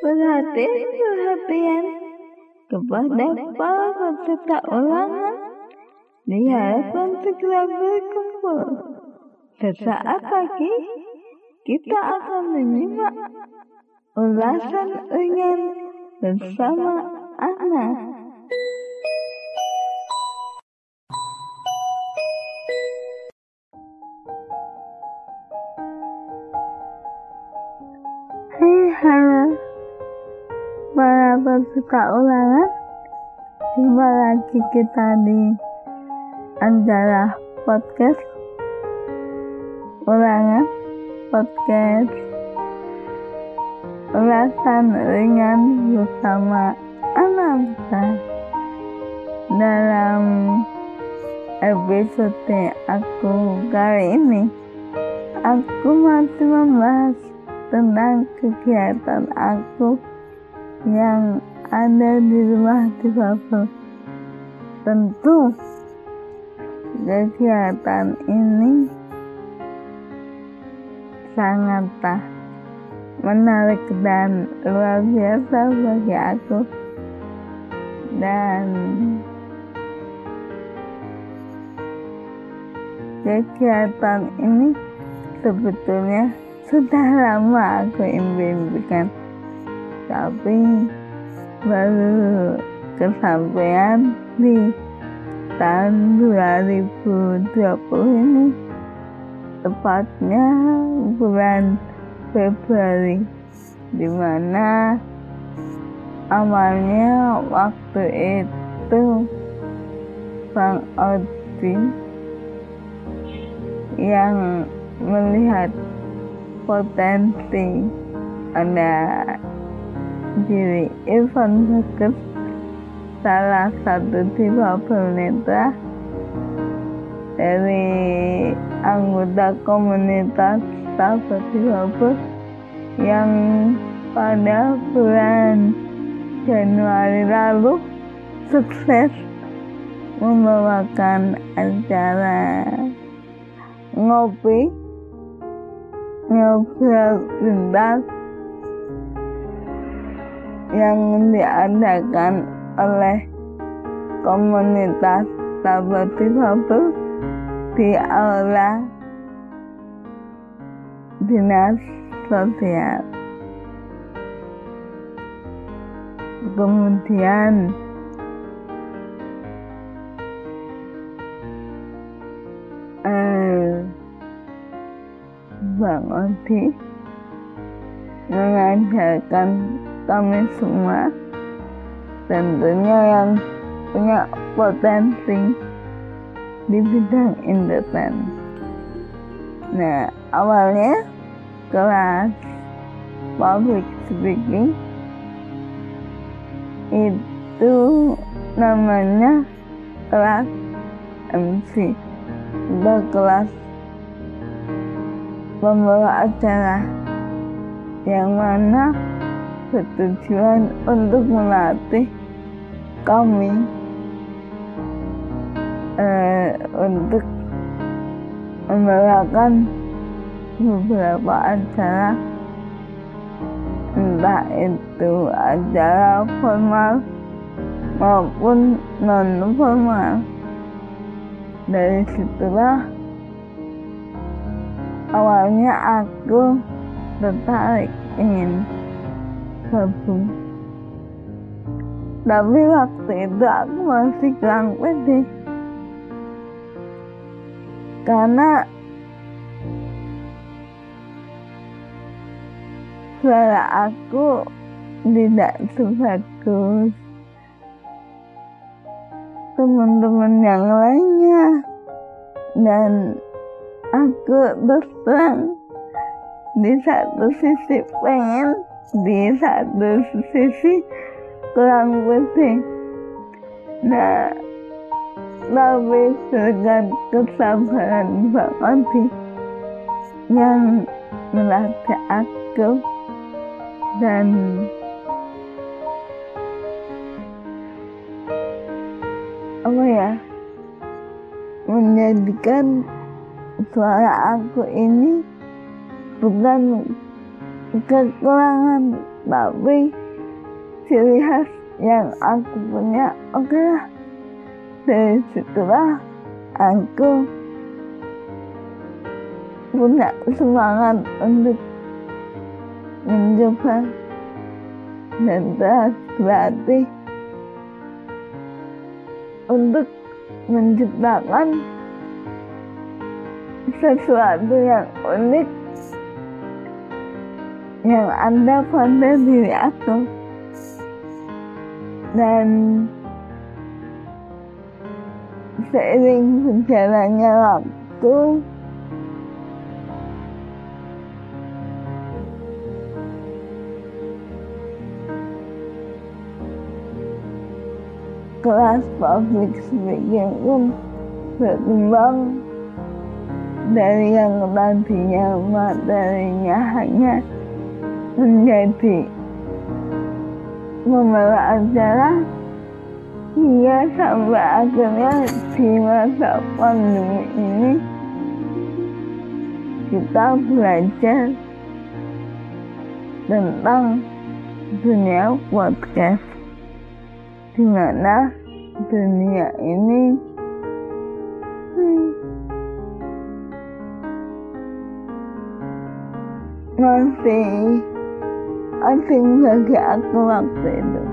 perhatian kepada para peserta ulangan, diharapkan segera berkumpul. Sesaat lagi kita akan menyimak ulasan ringan bersama Ana. Halo para peserta ulangan, jumpa lagi kita di acara podcast ulangan, podcast ulasan ringan bersama Ananta. Dalam episode aku kali ini, aku masih membahas tentang kegiatan aku yang ada di rumah difabel. Tentu kegiatan ini sangatlah menarik dan luar biasa bagi aku, dan kegiatan ini sebetulnya sudah lama aku impikan, tapi baru kesampaian di tahun 2020 ini, tepatnya bulan Februari, di mana awalnya waktu itu Bang Odin yang melihat potensi ada diri Ivan Bagus, salah satu difabel netra dari anggota komunitas sahabat difabel yang pada bulan Januari lalu sukses membawakan acara ngobrol tuntas yang diadakan oleh komunitas sahabat difabel di aula dinas sosial. Kemudian Bang Odi mengajarkan kami semua, tentunya yang punya potensi di bidang internet. Nah, awalnya kelas public speaking itu namanya kelas MC, atau kelas pembawa acara, yang mana bertujuan untuk melatih kami untuk membawakan beberapa acara, entah itu acara formal maupun non formal. Dari situlah awalnya aku tertarik ingin gabung, tapi waktu itu aku masih kurang pede karena suara aku tidak sebagus teman-teman yang lainnya, dan aku terus terang di satu sisi pengen, di satu sisi kurang pede. Nah, tapi dengan kesabaran Bang Odi yang melatih aku dan menjadikan suara aku ini bukan kekurangan Tapi ciri khas yang aku punya, oke lah, dari situlah aku punya semangat untuk mencoba dan terus berlatih untuk menciptakan sesuatu yang unik yang ada pada diri aku. Dan seiring berjalannya waktu, kelas public speaking pun berkembang dari yang tadinya materinya hanya menjadi membawa acara hingga sampai akhirnya di masa pandemi ini kita belajar tentang dunia podcast, di mana dunia ini masih asing bagi aku waktu itu.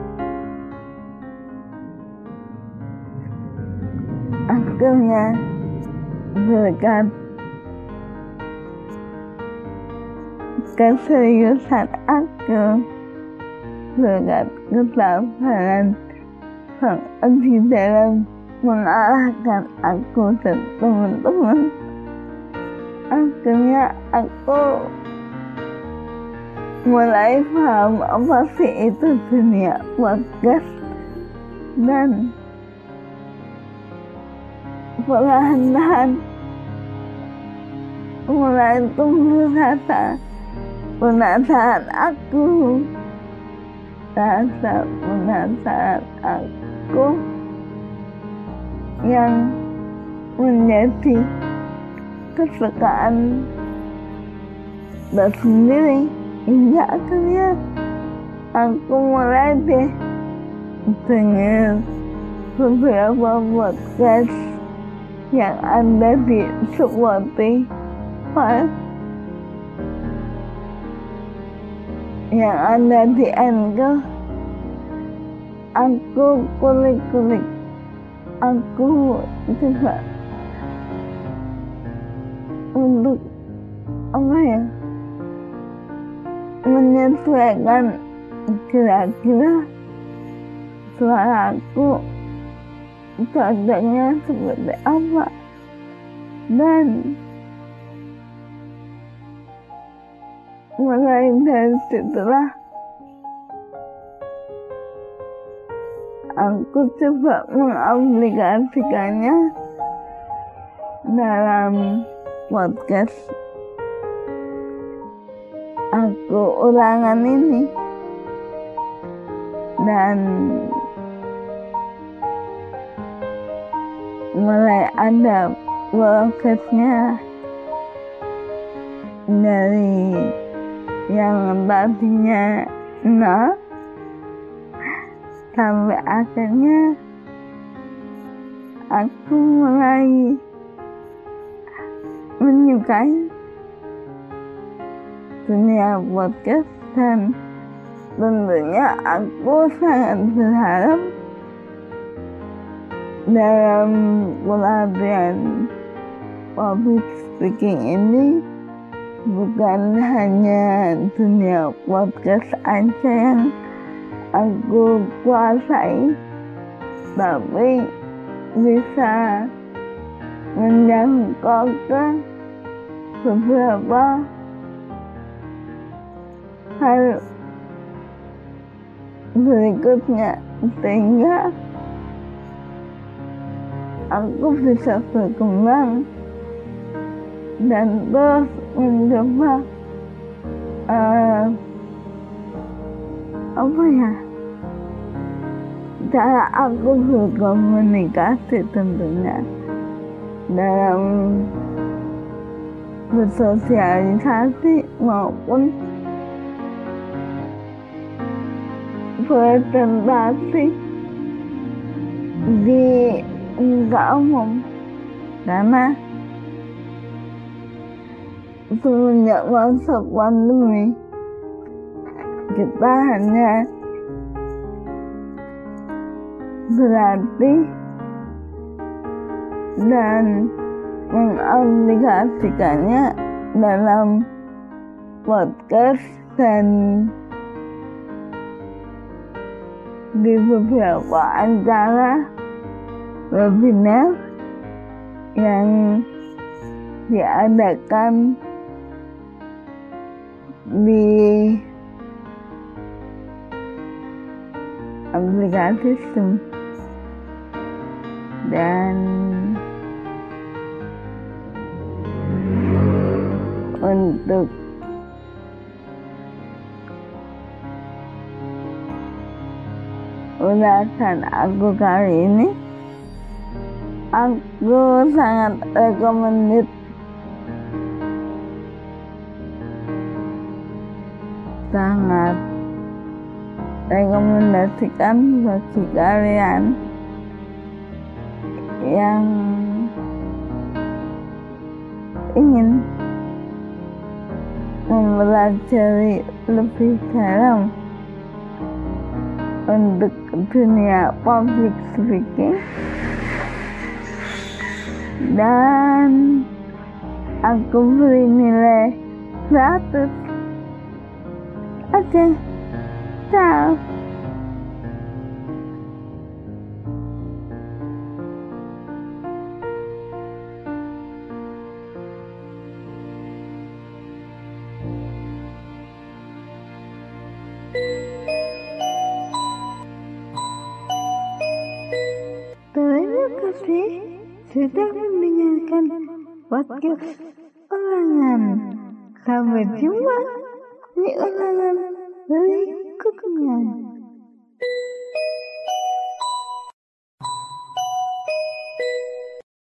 Akhirnya berkat keseriusan aku, berkat kesabaran sang Adi dalam mengarahkan aku dan teman-teman, akhirnya aku mulai paham apa sih itu dunia podcast, dan perlahan-lahan mulai tumbuh rasa penasaran aku yang menjadi kesukaan tersendiri. Hingga akhirnya aku mulai deh dengar beberapa podcast yang ada di Spotify, yang ada di Anchor. Aku kulik-kulik, aku juga untuk menyesuaikan kira-kira suara aku cocoknya seperti apa. Dan mulai dari situlah aku coba mengaplikasikannya dalam podcast aku ulangan ini, dan mulai ada progresnya dari yang tadinya 0 sampai akhirnya aku mulai menyukai dunia podcast. Dan tentunya aku sangat berharap dalam pelatihan public speaking ini bukan hanya dunia podcast aja yang aku kuasai, tapi bisa menjangkau ke beberapa hal berikutnya, sehingga aku bisa berkembang dan terus mencoba cara aku berkomunikasi tentunya dalam bersosialisasi maupun presentasi di muka umum, karena semenjak masa pandemi kita hanya berlatih dan mengaplikasikannya dalam podcast dan di beberapa acara webinar yang diadakan di aplikasi Zoom. Dan untuk ulasan aku kali ini, aku sangat rekomendasikan bagi kalian yang ingin mempelajari lebih dalam untuk dunia public speaking, dan aku beri nilai 100 aja. Ciao. Terima kasih sudah mendengarkan podcast ulangan. Sampai jumpa di ulangan berikutnya.